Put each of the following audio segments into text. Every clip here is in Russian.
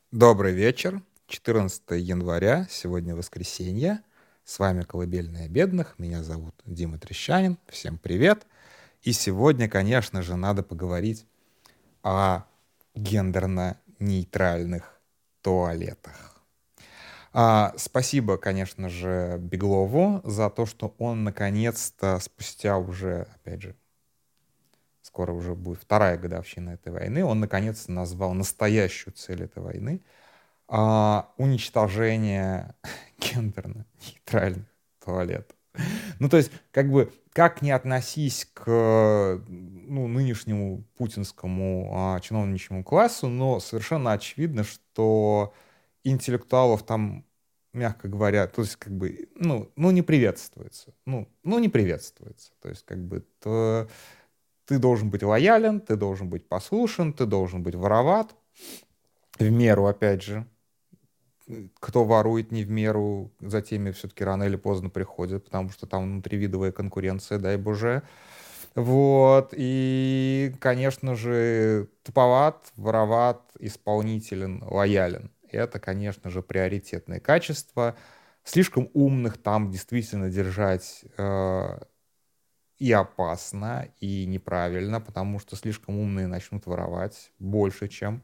Добрый вечер. 14 января, сегодня воскресенье. С вами «Колыбельная бедных». Меня зовут Дима Трещанин. Всем привет. И сегодня, конечно же, надо поговорить о гендерно-нейтральных туалетах. Спасибо, конечно же, Беглову за то, что он наконец-то, спустя уже, опять же, скоро уже будет вторая годовщина этой войны, он наконец-то назвал настоящую цель этой войны уничтожение гендерно-нейтральных туалетов. Ну, то есть, как бы, как не относись к нынешнему путинскому чиновничьему классу, но совершенно очевидно, что интеллектуалов там, мягко говоря, то есть, как бы, не приветствуется. Не приветствуется. То есть, как бы, ты должен быть лоялен, ты должен быть послушен, ты должен быть вороват, в меру, опять же. Кто ворует не в меру, за теми все-таки рано или поздно приходят, потому что там внутривидовая конкуренция, дай боже. Вот, и, конечно же, туповат, вороват, исполнителен, лоялен. Это, конечно же, приоритетные качества. Слишком умных там действительно держать и опасно, и неправильно, потому что слишком умные начнут воровать больше, чем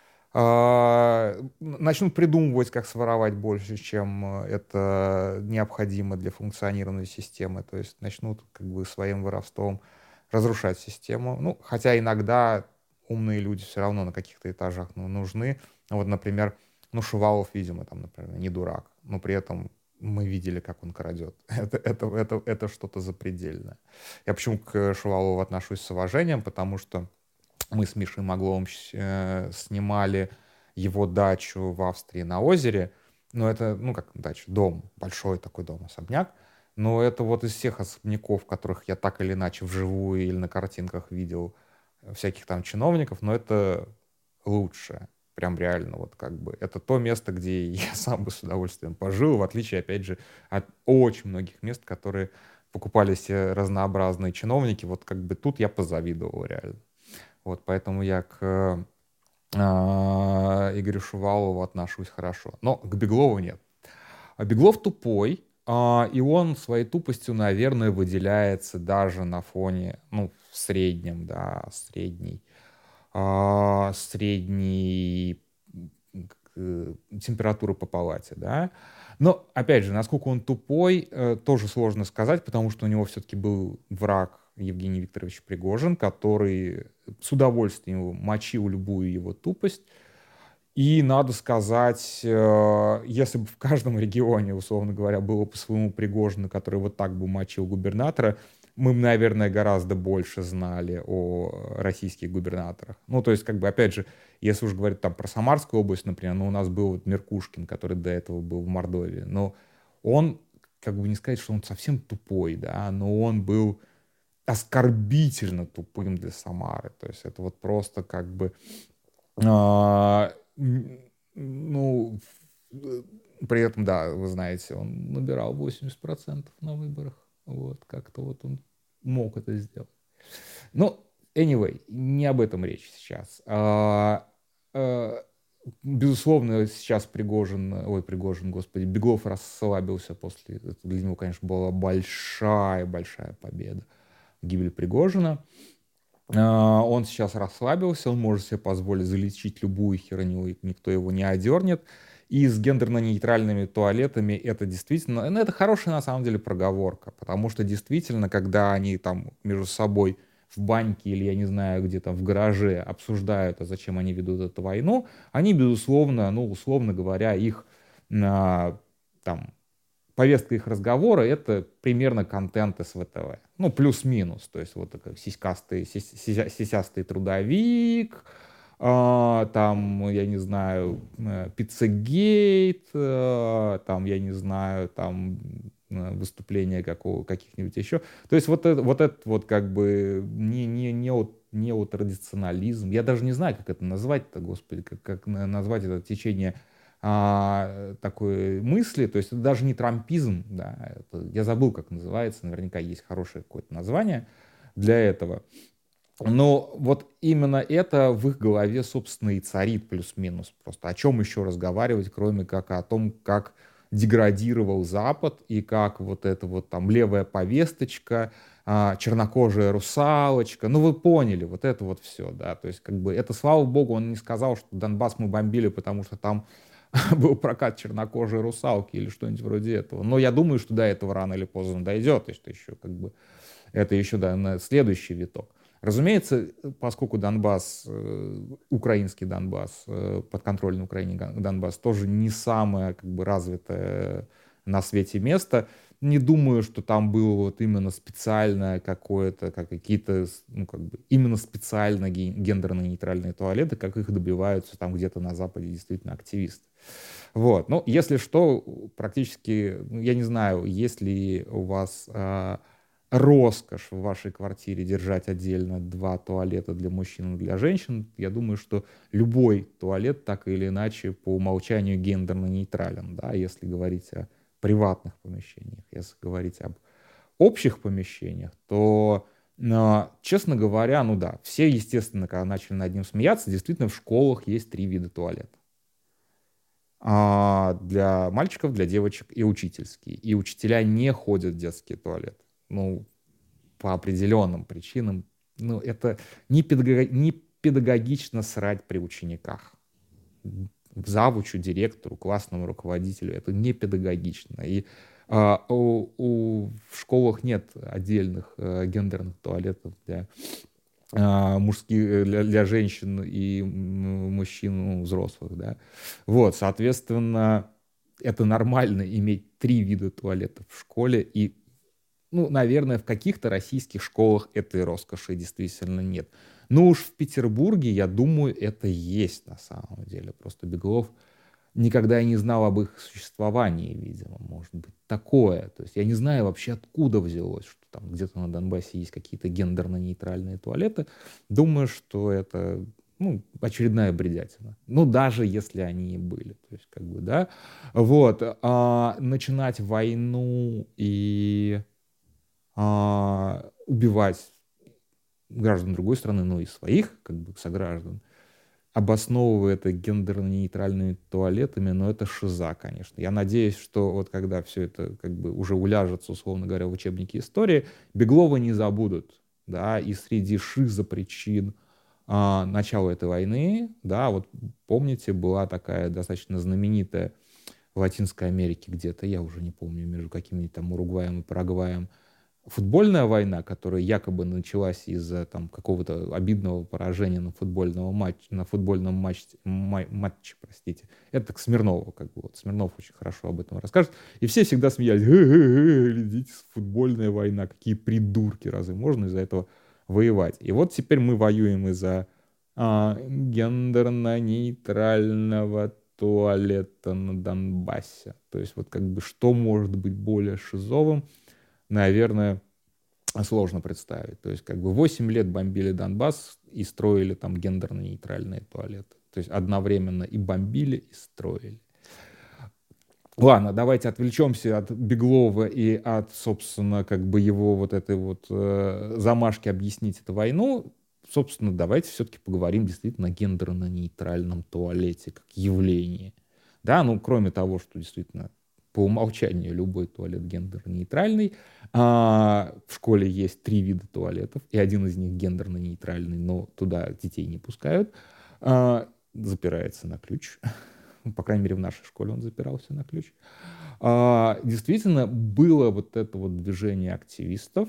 начнут придумывать, как своровать больше, чем это необходимо для функционирования системы. То есть начнут как бы своим воровством разрушать систему. Ну, хотя иногда умные люди все равно на каких-то этажах нужны. Вот, например, Шувалов, видимо, там, например, не дурак, но при этом мы видели, как он крадет. Это что-то запредельное. Я почему к Шувалову отношусь с уважением, потому что мы с Мишей Магловым снимали его дачу в Австрии на озере. Ну, это, как дача, дом, большой такой дом, особняк. Но это вот из всех особняков, которых я так или иначе вживую или на картинках видел всяких там чиновников, но это лучшее. Прям реально вот как бы. Это то место, где я сам бы с удовольствием пожил, в отличие, опять же, от очень многих мест, которые покупали себе разнообразные чиновники. Вот как бы тут я позавидовал реально. Вот, поэтому я к Игорю Шувалову отношусь хорошо. Но к Беглову нет. А Беглов тупой, и он своей тупостью, наверное, выделяется даже на фоне, в среднем, да, средней температуры по палате, да. Но, опять же, насколько он тупой, тоже сложно сказать, потому что у него все-таки был враг Евгений Викторович Пригожин, который с удовольствием мочил любую его тупость. И надо сказать, если бы в каждом регионе, условно говоря, было по своему Пригожину, который вот так бы мочил губернатора, мы бы, наверное, гораздо больше знали о российских губернаторах. Ну, то есть, как бы, опять же, если уж говорить там про Самарскую область, например, у нас был вот Меркушкин, который до этого был в Мордовии, но он, как бы не сказать, что он совсем тупой, да, но он был оскорбительно тупым для Самары. То есть это вот просто как бы ну, при этом, да, вы знаете, он набирал 80% на выборах. Вот, как-то вот он мог это сделать. Ну, anyway, не об этом речь сейчас. А, Безусловно, сейчас Пригожин, господи, Беглов расслабился после. Это для него, конечно, была большая-большая победа. Гибель Пригожина. Он сейчас расслабился, он может себе позволить залечить любую херню, и никто его не одернет. И с гендерно-нейтральными туалетами это действительно, это хорошая на самом деле проговорка, потому что действительно, когда они там между собой в баньке или, я не знаю, где там в гараже обсуждают, а зачем они ведут эту войну, они, безусловно, условно говоря, их там повестка их разговора — это примерно контент СВТВ. Ну, плюс-минус. То есть вот такой сисястый трудовик, там, я не знаю, Пиццегейт, там, я не знаю, там, выступления каких-нибудь еще. То есть вот это вот как бы неотрадиционализм. Я даже не знаю, как это назвать-то, господи, как назвать это течение такой мысли, то есть это даже не трампизм, да, я забыл, как называется, наверняка есть хорошее какое-то название для этого. Но вот именно это в их голове, собственно, и царит плюс-минус. Просто о чем еще разговаривать, кроме как о том, как деградировал Запад и как вот эта вот там левая повесточка, чернокожая русалочка. Ну, вы поняли, вот это вот все, да. То есть, как бы, это, слава богу, он не сказал, что Донбасс мы бомбили, потому что там был прокат чернокожей русалки или что-нибудь вроде этого. Но я думаю, что до этого рано или поздно дойдет. То есть, еще как бы это еще, да, на следующий виток. Разумеется, поскольку Донбасс, украинский Донбасс, подконтрольный Украине Донбасс, тоже не самое как бы развитое на свете место, не думаю, что там было вот именно специальное какое-то, как какие-то, ну, как бы, именно специально гендерно-нейтральные туалеты, как их добиваются там где-то на Западе действительно активисты. Вот. Ну, если что, практически, ну, я не знаю, есть ли у вас роскошь в вашей квартире держать отдельно два туалета для мужчин и для женщин. Я думаю, что любой туалет так или иначе по умолчанию гендерно нейтрален, да, если говорить о приватных помещениях. Если говорить об общих помещениях, то, честно говоря, ну да, все, естественно, когда начали над ним смеяться, действительно в школах есть 3 вида туалета. Для мальчиков, для девочек и учительские. И учителя не ходят в детские туалеты. Ну, по определенным причинам. Ну, это не педагогично срать при учениках. Завучу, директору, классному руководителю. Это не педагогично. И в школах нет отдельных гендерных туалетов для мужских, для женщин и мужчин, ну, взрослых, да. Вот, соответственно, это нормально иметь 3 вида туалетов в школе, и, ну, наверное, в каких-то российских школах этой роскоши действительно нет. Но уж в Петербурге, я думаю, это есть на самом деле. Просто Беглов никогда и не знал об их существовании, видимо, может быть такое. То есть я не знаю вообще, откуда взялось, что там где-то на Донбассе есть какие-то гендерно-нейтральные туалеты. Думаю, что это, ну, очередная бредятина. Ну, даже если они и были. То есть, как бы, да. Вот. Начинать войну и убивать граждан другой страны, ну и своих, как бы, сограждан, обосновывая это гендерно-нейтральными туалетами, но это шиза, конечно. Я надеюсь, что вот когда все это как бы уже уляжется, условно говоря, в учебнике истории, Беглова не забудут, да, и среди шиза причин начала этой войны, да, вот помните, была такая достаточно знаменитая в Латинской Америке где-то, я уже не помню, между какими-то там Уругваем и Парагваем, футбольная война, которая якобы началась из-за там какого-то обидного поражения на футбольном матче, простите. Это к Смирнову, как бы, вот Смирнов очень хорошо об этом расскажет. И все всегда смеялись: глядите, футбольная война, какие придурки, разве можно из-за этого воевать? И вот теперь мы воюем из-за гендерно-нейтрального туалета на Донбассе. То есть вот как бы что может быть более шизовым, наверное, сложно представить. То есть как бы 8 лет бомбили Донбасс и строили там гендерно-нейтральные туалеты. То есть одновременно и бомбили, и строили. Ладно, давайте отвлечемся от Беглова и от, собственно, как бы его вот этой вот замашки объяснить эту войну. Собственно, давайте все-таки поговорим действительно о гендерно-нейтральном туалете как явлении. Да, ну, кроме того, что действительно по умолчанию любой туалет гендерно-нейтральный. В школе есть 3 вида туалетов, и один из них гендерно-нейтральный, но туда детей не пускают. Запирается на ключ. По крайней мере, в нашей школе он запирался на ключ. Действительно, было вот это вот движение активистов,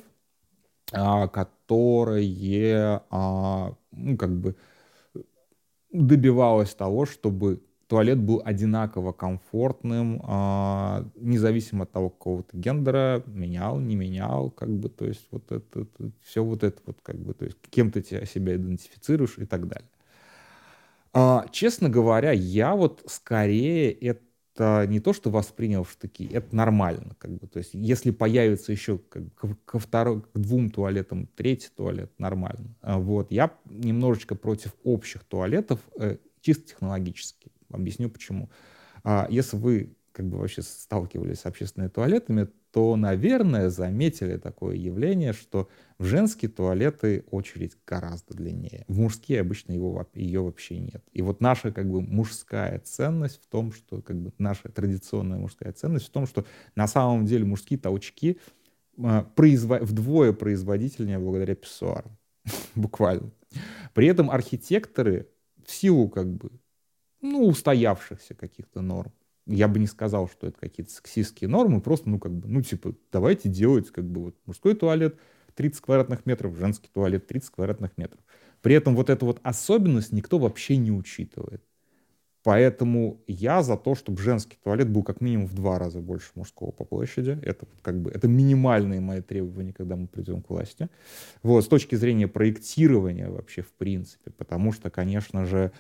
которое, ну, как бы добивалось того, чтобы туалет был одинаково комфортным, независимо от того, какого-то гендера, менял, не менял, как бы, то есть вот это все вот это вот, как бы, то есть кем ты себя идентифицируешь и так далее. Честно говоря, я вот скорее это не то, что воспринял в штыки, это нормально, как бы, то есть если появится еще как бы, к 2 туалетам третий туалет, нормально. Вот, я немножечко против общих туалетов, чисто технологически. Объясню почему. Если вы как бы вообще сталкивались с общественными туалетами, то, наверное, заметили такое явление, что в женские туалеты очередь гораздо длиннее. В мужские обычно ее вообще нет. И вот наша как бы мужская ценность в том, что как бы наша традиционная мужская ценность в том, что на самом деле мужские толчки вдвое производительнее благодаря писсуарам. Буквально. При этом архитекторы в силу как бы устоявшихся каких-то норм. Я бы не сказал, что это какие-то сексистские нормы, просто, типа, давайте делать, как бы, вот мужской туалет 30 квадратных метров, женский туалет 30 квадратных метров. При этом вот эту вот особенность никто вообще не учитывает. Поэтому я за то, чтобы женский туалет был как минимум в 2 раза больше мужского по площади. Это как бы это минимальные мои требования, когда мы придем к власти. Вот, с точки зрения проектирования вообще в принципе. Потому что, конечно же,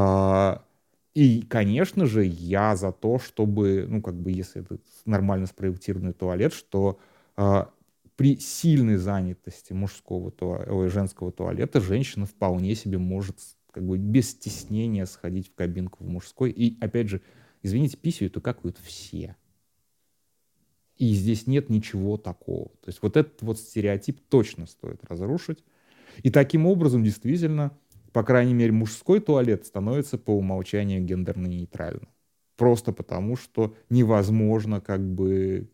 конечно же, я за то, чтобы, если это нормально спроектированный туалет, что при сильной занятости женского туалета женщина вполне себе может как бы без стеснения сходить в кабинку в мужской. И, опять же, извините, писают и какают все. И здесь нет ничего такого. То есть вот этот вот стереотип точно стоит разрушить. И таким образом, действительно, по крайней мере, мужской туалет становится по умолчанию гендерно-нейтральным. Просто потому, что невозможно как бы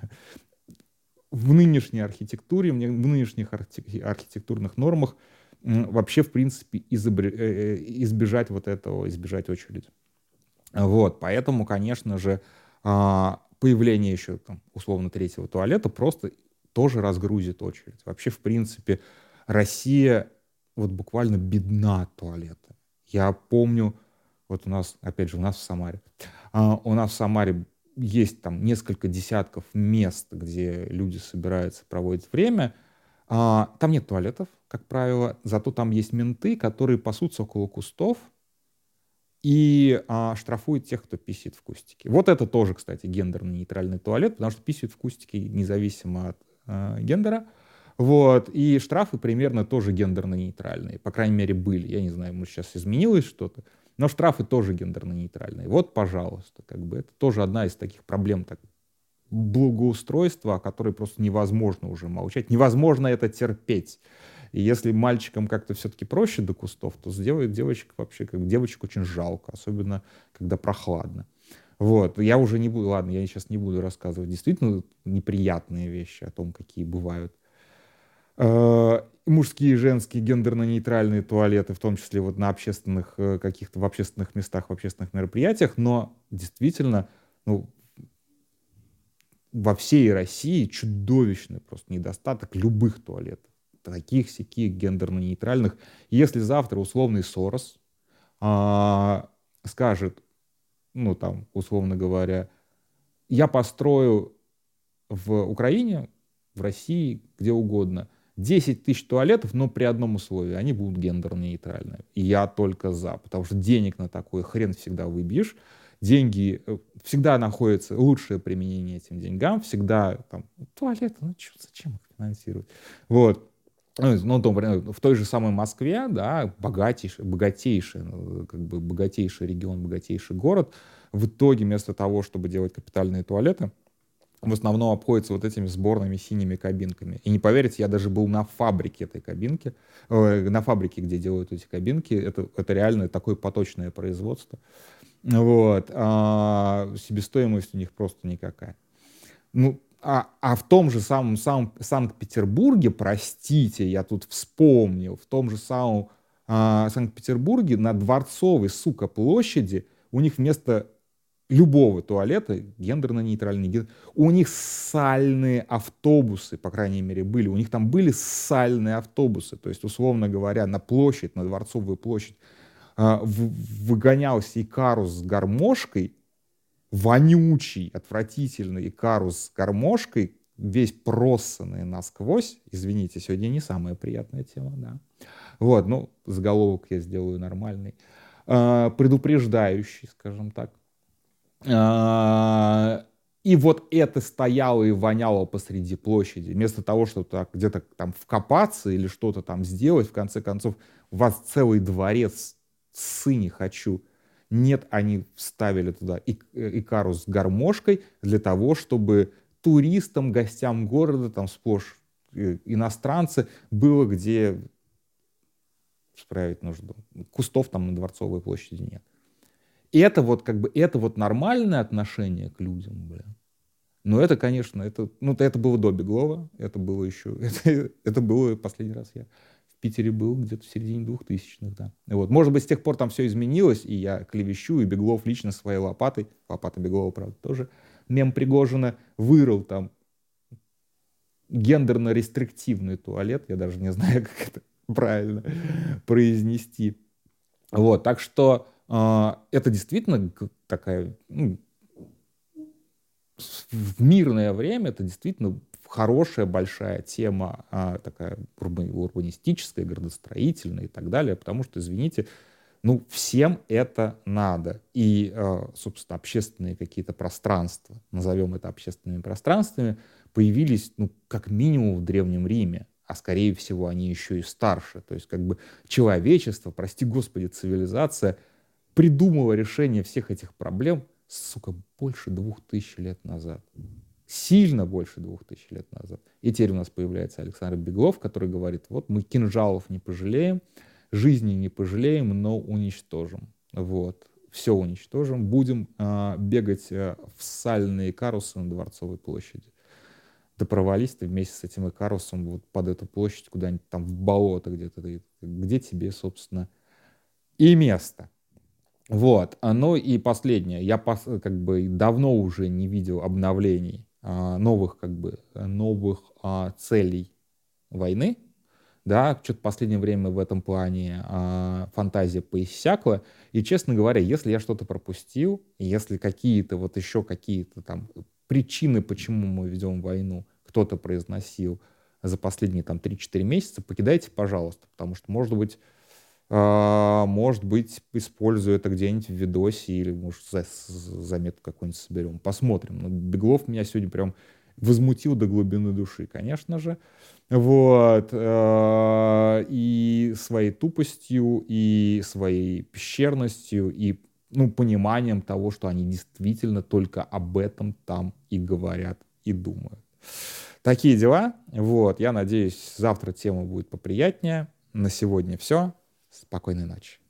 в нынешней архитектуре, в нынешних архитектурных нормах вообще, в принципе, избежать вот этого, избежать очереди. Вот, поэтому, конечно же, появление еще, там, условно, третьего туалета просто тоже разгрузит очередь. Вообще, в принципе, Россия вот буквально бедна туалета. Я помню, вот у нас, опять же, у нас в Самаре есть там несколько десятков мест, где люди собираются, проводят время. Там нет туалетов, как правило, зато там есть менты, которые пасутся около кустов и штрафуют тех, кто писает в кустике. Вот это тоже, кстати, гендерно-нейтральный туалет, потому что писают в кустике независимо от гендера. Вот. И штрафы примерно тоже гендерно-нейтральные. По крайней мере, были. Я не знаю, может, сейчас изменилось что-то. Но штрафы тоже гендерно-нейтральные. Вот, пожалуйста, как бы это тоже одна из таких проблем благоустройства, о которой просто невозможно уже молчать. Невозможно это терпеть. И если мальчикам как-то все-таки проще до кустов, то сделают девочек вообще, девочек очень жалко, особенно когда прохладно. Вот, я уже не буду, ладно, я сейчас не буду рассказывать действительно неприятные вещи о том, какие бывают мужские и женские гендерно-нейтральные туалеты, в том числе вот на общественных каких-то в общественных местах, в общественных мероприятиях, но действительно, во всей России чудовищный просто недостаток любых туалетов, таких-сяких гендерно-нейтральных. Если завтра условный Сорос скажет, условно говоря, я построю в Украине, в России, где угодно, 10 тысяч туалетов, но при одном условии, они будут гендерно-нейтральные. И я только за, потому что денег на такой хрен всегда выбьешь. Деньги, всегда находится лучшее применение этим деньгам, всегда там, туалеты, зачем их финансировать? Вот. В той же самой Москве, да, богатейший регион, богатейший город, в итоге вместо того, чтобы делать капитальные туалеты, в основном обходится вот этими сборными синими кабинками. И не поверите, я даже был на фабрике этой кабинки, на фабрике, где делают эти кабинки. Это реально такое поточное производство. Вот. Себестоимость у них просто никакая. А в том же самом Санкт-Петербурге, простите, я тут вспомнил, в том же самом Санкт-Петербурге на Дворцовой, площади у них вместо любого туалета, гендерно-нейтральный, у них сальные автобусы, по крайней мере, были. У них там были сальные автобусы. То есть, условно говоря, на Дворцовую площадь выгонялся икарус с гармошкой, вонючий, отвратительный икарус с гармошкой, весь проссанный насквозь. Извините, сегодня не самая приятная тема, да. Вот, заголовок я сделаю нормальный. Предупреждающий, скажем так. И вот это стояло и воняло посреди площади. Вместо того, чтобы где-то там вкопаться или что-то там сделать, в конце концов, у вас целый дворец, ссы не хочу. Нет, они вставили туда Икарус с гармошкой для того, чтобы туристам, гостям города, там сплошь иностранцы, было где справить нужду. Кустов там на Дворцовой площади нет. И это вот как бы, это вот нормальное отношение к людям, бля. Но это, конечно, это было до Беглова, это было еще, это было последний раз я в Питере был где-то в середине 2000-х, да. Вот. Может быть, с тех пор там все изменилось, и я клевещу, и Беглов лично своей лопатой, лопата Беглова, правда, тоже, мем Пригожина, вырыл там гендерно-рестриктивный туалет, я даже не знаю, как это правильно произнести. Вот, так что это действительно такая, в мирное время это действительно хорошая большая тема, такая урбанистическая, градостроительная и так далее, потому что, извините, всем это надо. И, собственно, общественные какие-то пространства, назовем это общественными пространствами, появились, как минимум в Древнем Риме, а скорее всего они еще и старше. То есть как бы человечество, прости господи, цивилизация придумала решение всех этих проблем, сука, больше 2000 лет назад. Сильно больше 2000 лет назад. И теперь у нас появляется Александр Беглов, который говорит, вот мы кинжалов не пожалеем, жизни не пожалеем, но уничтожим. Вот. Все уничтожим. Будем бегать в сальные Икарусы на Дворцовой площади. Да провались ты вместе с этим Икарусом вот под эту площадь куда-нибудь там в болото где-то, где тебе, собственно, и место. Вот. Ну и последнее. Я как бы давно уже не видел обновлений новых целей войны. Да, что-то в последнее время в этом плане фантазия поиссякла. И, честно говоря, если я что-то пропустил, если еще какие-то там причины, почему мы ведем войну, кто-то произносил за последние там 3-4 месяца, покидайте, пожалуйста, потому что, может быть, использую это где-нибудь в видосе или, может, заметку какую-нибудь соберем. Посмотрим. Но Беглов меня сегодня прям возмутил до глубины души, конечно же. Вот. И своей тупостью, и своей пещерностью, и пониманием того, что они действительно только об этом там и говорят, и думают. Такие дела. Вот. Я надеюсь, завтра тема будет поприятнее. На сегодня все. Спокойной ночи.